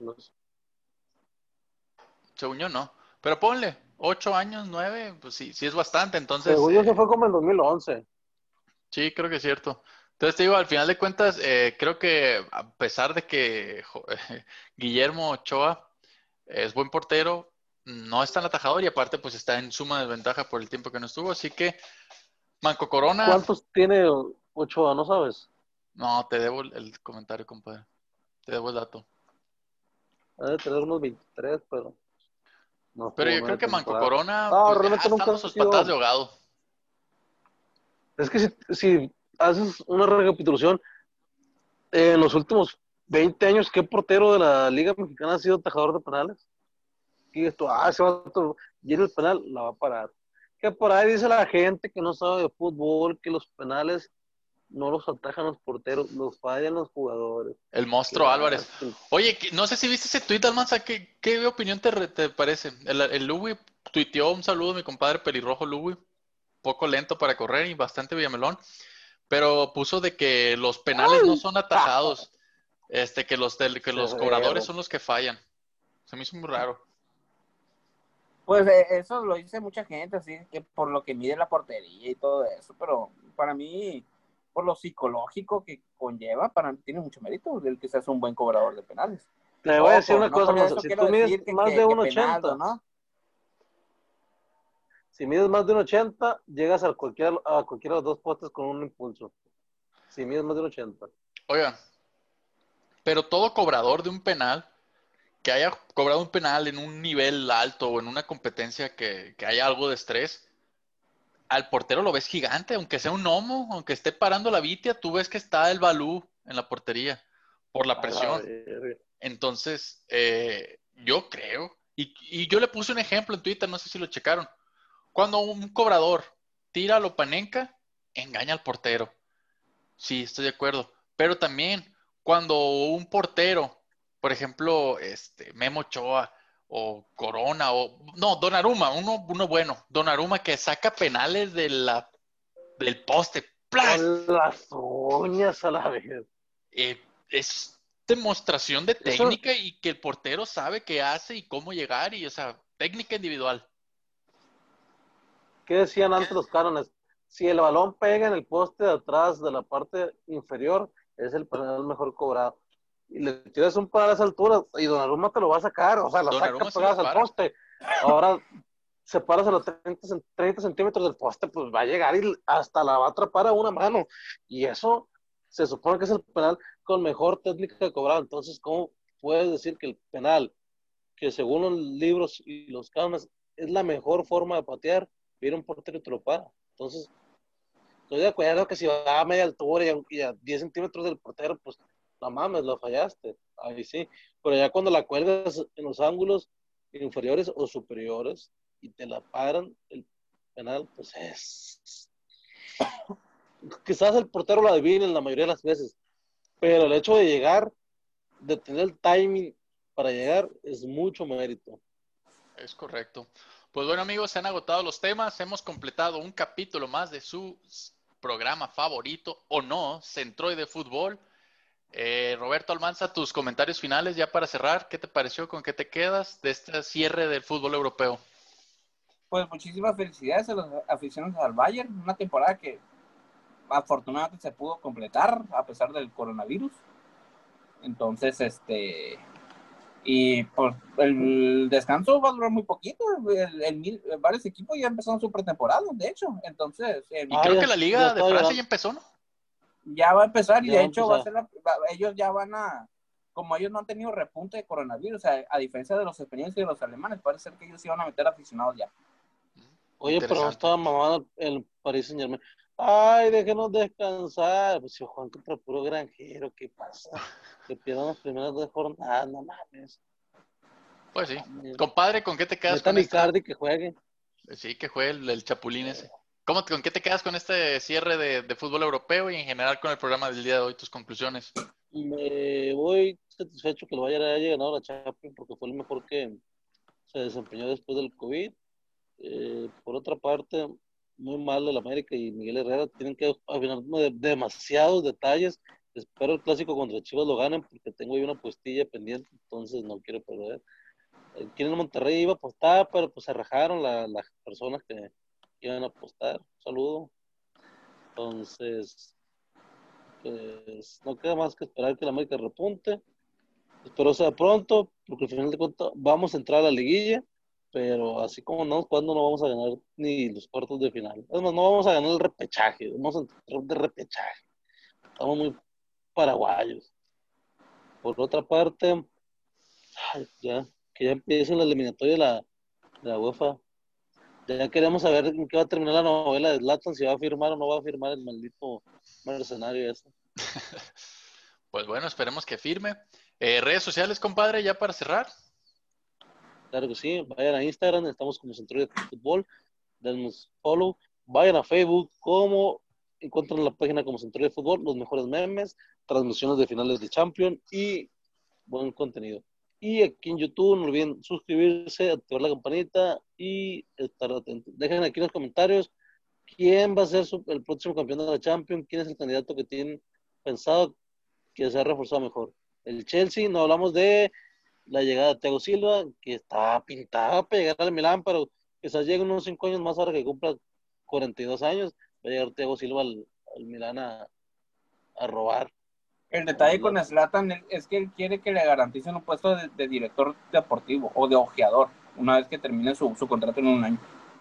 según yo no. Pero ponle, 8 años, 9, pues sí, sí es bastante, entonces Según yo se fue como en 2011. sí, creo que es cierto. Entonces te digo, al final de cuentas, creo que a pesar de que Guillermo Ochoa es buen portero, no es tan atajador y aparte pues está en suma desventaja por el tiempo que no estuvo, así que Manco Corona, ¿Cuántos tiene Ochoa? ¿No sabes? no, te debo el comentario, compadre, te debo el dato. Debe tener unos 23, pero no Pero jugó yo creo 9 que Manco temporadas. Corona, No, pues ya realmente está nunca dando ha sus patadas de sido. ahogado. Es que si haces una recapitulación, en los últimos 20 años, ¿qué portero de la Liga Mexicana ha sido atajador de penales? Y esto, ese vato viene el penal, la va a parar. Que por ahí dice la gente que no sabe de fútbol, que los penales no los atajan los porteros, los fallan los jugadores. El Que, monstruo Álvarez. Oye, no sé si viste ese tuit, Almanza, ¿qué opinión te parece? El Luwi tuiteó un saludo a mi compadre pelirrojo Luwi, poco lento para correr y bastante villamelón, pero puso de que los penales no son atajados, que los cobradores severo. son los que fallan. Se me hizo muy raro. Pues eso lo dice mucha gente, así que por lo que mide la portería y todo eso, pero para mí, por lo psicológico que conlleva, para mí tiene mucho mérito el que seas un buen cobrador de penales. Te voy a decir Ojo, una no cosa por más. eso Si quiero tú mides decir más de que penaldo, 1,80, ¿no? si mides más de 1,80, llegas a cualquiera de los dos postes con un impulso. Si mides más de 1,80. Oigan, pero todo cobrador de un penal, que haya cobrado un penal en un nivel alto o en una competencia que haya algo de estrés, al portero lo ves gigante, aunque sea un gnomo, aunque esté parando la vitia, tú ves que está el Balú en la portería por la A la presión. verga. Entonces, yo creo, y yo le puse un ejemplo en Twitter, no sé si lo checaron. Cuando un cobrador tira a Lopanenka, engaña al portero. Sí, estoy de acuerdo. Pero también cuando un portero, por ejemplo, Memo Ochoa o Corona o no, Donnarumma, uno bueno, Donnarumma que saca penales del poste, ¡plas! Con las uñas a la vez. Es demostración de Eso, técnica y que el portero sabe qué hace y cómo llegar y, o sea, técnica individual. ¿qué decían antes los cánones? Si el balón pega en el poste de atrás de la parte inferior, es el penal mejor cobrado. Y le tiras un penal a esa altura y Donnarumma te lo va a sacar, o sea, la saca Donnarumma sí los pegadas al para. poste. Ahora, separas a los 30 centímetros del poste, pues va a llegar y hasta la va a atrapar a una mano. Y eso se supone que es el penal con mejor técnica de cobrado. Entonces, ¿cómo puedes decir que el penal, que según los libros y los cánones, es la mejor forma de patear, viene un portero y te lo para? Entonces, estoy de acuerdo que si va a media altura y a 10 centímetros del portero, pues no mames, lo fallaste. Ahí sí. Pero ya cuando la cuelgas en los ángulos inferiores o superiores y te la paran, penal, pues quizás el portero la adivine la mayoría de las veces, pero el hecho de llegar, de tener el timing para llegar, es mucho mérito. Es correcto. Pues bueno, amigos, se han agotado los temas. Hemos completado un capítulo más de su programa favorito, o no, Centroid de Fútbol. Roberto Almanza, tus comentarios finales ya para cerrar. ¿Qué te pareció? ¿Con qué te quedas de este cierre del fútbol europeo? Pues muchísimas felicidades a los aficionados al Bayern. Una temporada que afortunadamente se pudo completar a pesar del coronavirus. Entonces, y pues el descanso va a durar muy poquito. Varios equipos ya empezaron su pretemporada, de hecho. Entonces, Y creo que la Ya Liga de estaba Francia ya llorando. empezó, ¿no? ya va a empezar y Ya de va a hecho va a empezar. ser ellos ya van a, como ellos no han tenido repunte de coronavirus, a diferencia de los españoles y de los alemanes, parece ser que ellos iban a meter aficionados ya. Oye, pero no Interesante. estaba mamado el Paris Saint-Germain. Ay, déjenos descansar. Pues si Juan contra puro granjero, ¿qué pasa? Que pierdan las primeras 2 jornadas, no mames. Pues sí. Compadre, ¿con qué te quedas con Metan esta? Icardi que juegue. Sí, que fue el Chapulín ese. ¿Con qué te quedas con este cierre de fútbol europeo y en general con el programa del día de hoy? Tus conclusiones. Me voy satisfecho que el Bayern haya ganado la Champions porque fue el mejor que se desempeñó después del COVID. Por otra parte, muy mal el América y Miguel Herrera tienen que afinar demasiados detalles. Espero el clásico contra Chivas lo ganen porque tengo ahí una puestilla pendiente, entonces no quiero perder. Aquí en Monterrey iba a apostar, pero pues se rajaron las personas que iban a apostar. Un saludo. Entonces, pues no queda más que esperar que el América repunte. Espero sea pronto, porque al final de cuentas vamos a entrar a la liguilla, pero así como no, cuando no vamos a ganar ni los cuartos de final. Además, no vamos a ganar el repechaje, vamos a entrar de repechaje. Estamos muy paraguayos. Por otra parte, ay, ya que ya empiece la eliminatoria de la UEFA. Ya queremos saber en qué va a terminar la novela de Zlatan, si va a firmar o no va a firmar el maldito mercenario ese. Pues bueno, esperemos que firme. Redes sociales, compadre, ya para cerrar. Claro que sí, vayan a Instagram, estamos como Centro de Fútbol, denos follow, vayan a Facebook, como encuentran la página como Centro de Fútbol, los mejores memes, transmisiones de finales de Champions y buen contenido. Y aquí en YouTube no olviden suscribirse, activar la campanita y estar atentos. Dejen aquí en los comentarios quién va a ser el próximo campeón de la Champions, quién es el candidato que tienen pensado que se ha reforzado mejor. El Chelsea, no hablamos de la llegada de Thiago Silva, que está pintada para llegar al Milán, pero quizás llegue unos 5 años más ahora que cumpla 42 años, va a llegar Thiago Silva al Milán a robar. El detalle con Zlatan es que él quiere que le garanticen un puesto de director deportivo o de ojeador una vez que termine su contrato en un año.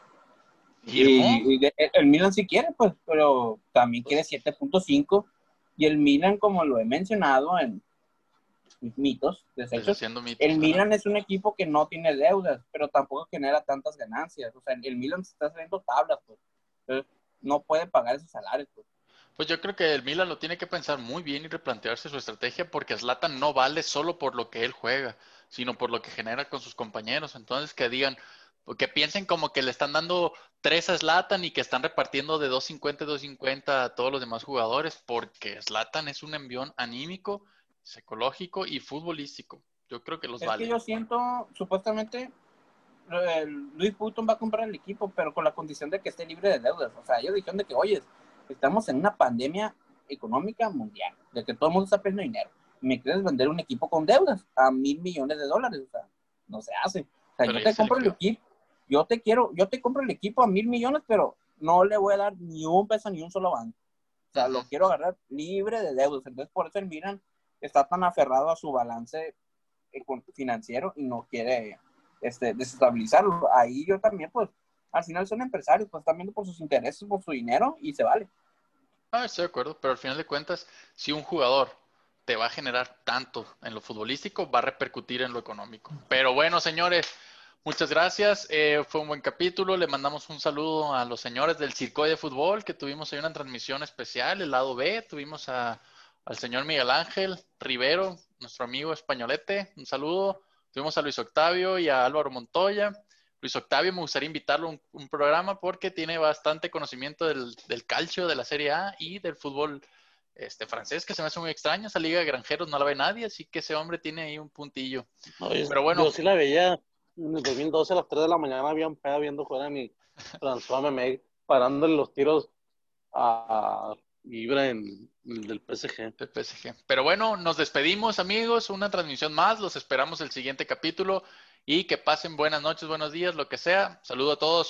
¿Firmó? El Milan sí quiere, pues, pero también quiere Pues, 7.5 y el Milan, como lo he mencionado en mitos, desechos, Deshaciendo mitos. el Ajá. Milan es un equipo que no tiene deudas, pero tampoco genera tantas ganancias. O sea, el Milan se está haciendo tablas, pues. Entonces, no puede pagar esos salarios, pues. Pues yo creo que el Milan lo tiene que pensar muy bien y replantearse su estrategia porque Zlatan no vale solo por lo que él juega, sino por lo que genera con sus compañeros. Entonces que digan, que piensen como que le están dando 3 a Zlatan y que están repartiendo de 2.50 y 2.50 a todos los demás jugadores, porque Zlatan es un envión anímico, psicológico y futbolístico. Yo creo que los Es que vale. yo siento, supuestamente, Luis Putin va a comprar el equipo, pero con la condición de que esté libre de deudas. O sea, ellos dijeron de que, oye, estamos en una pandemia económica mundial, de que todo el mundo está perdiendo dinero. ¿Me quieres vender un equipo con deudas a $1,000 millones? O sea, no se hace. O sea, Pero yo ya te se compro el liquidó. equipo, yo te compro el equipo a $1,000 millones, pero no le voy a dar ni un peso ni un solo banco. O sea, Ujú. lo quiero agarrar libre de deudas. Entonces, por eso el Milan está tan aferrado a su balance financiero y no quiere desestabilizarlo. Ahí yo también, pues, al final son empresarios, pues están viendo por sus intereses, por su dinero y se vale. Ah, estoy de acuerdo, pero al final de cuentas, si un jugador te va a generar tanto en lo futbolístico, va a repercutir en lo económico. Pero bueno, señores, muchas gracias. Fue un buen capítulo. Le mandamos un saludo a los señores del Circo de Fútbol, que tuvimos ahí una transmisión especial, el lado B. Tuvimos al señor Miguel Ángel Rivero, nuestro amigo españolete. Un saludo. Tuvimos a Luis Octavio y a Álvaro Montoya. Luis Octavio, me gustaría invitarlo a un programa porque tiene bastante conocimiento del calcio, de la Serie A y del fútbol francés, que se me hace muy extraño. Esa liga de granjeros no la ve nadie, así que ese hombre tiene ahí un puntillo. No, Pero bueno. yo sí la veía en el 2012 a las 3 de la mañana, había un pedo viendo jugar a mi François Memé, parándole los tiros a Ibra del PSG. Del PSG. Pero bueno, nos despedimos, amigos. Una transmisión más. Los esperamos el siguiente capítulo. Y que pasen buenas noches, buenos días, lo que sea. Saludo a todos.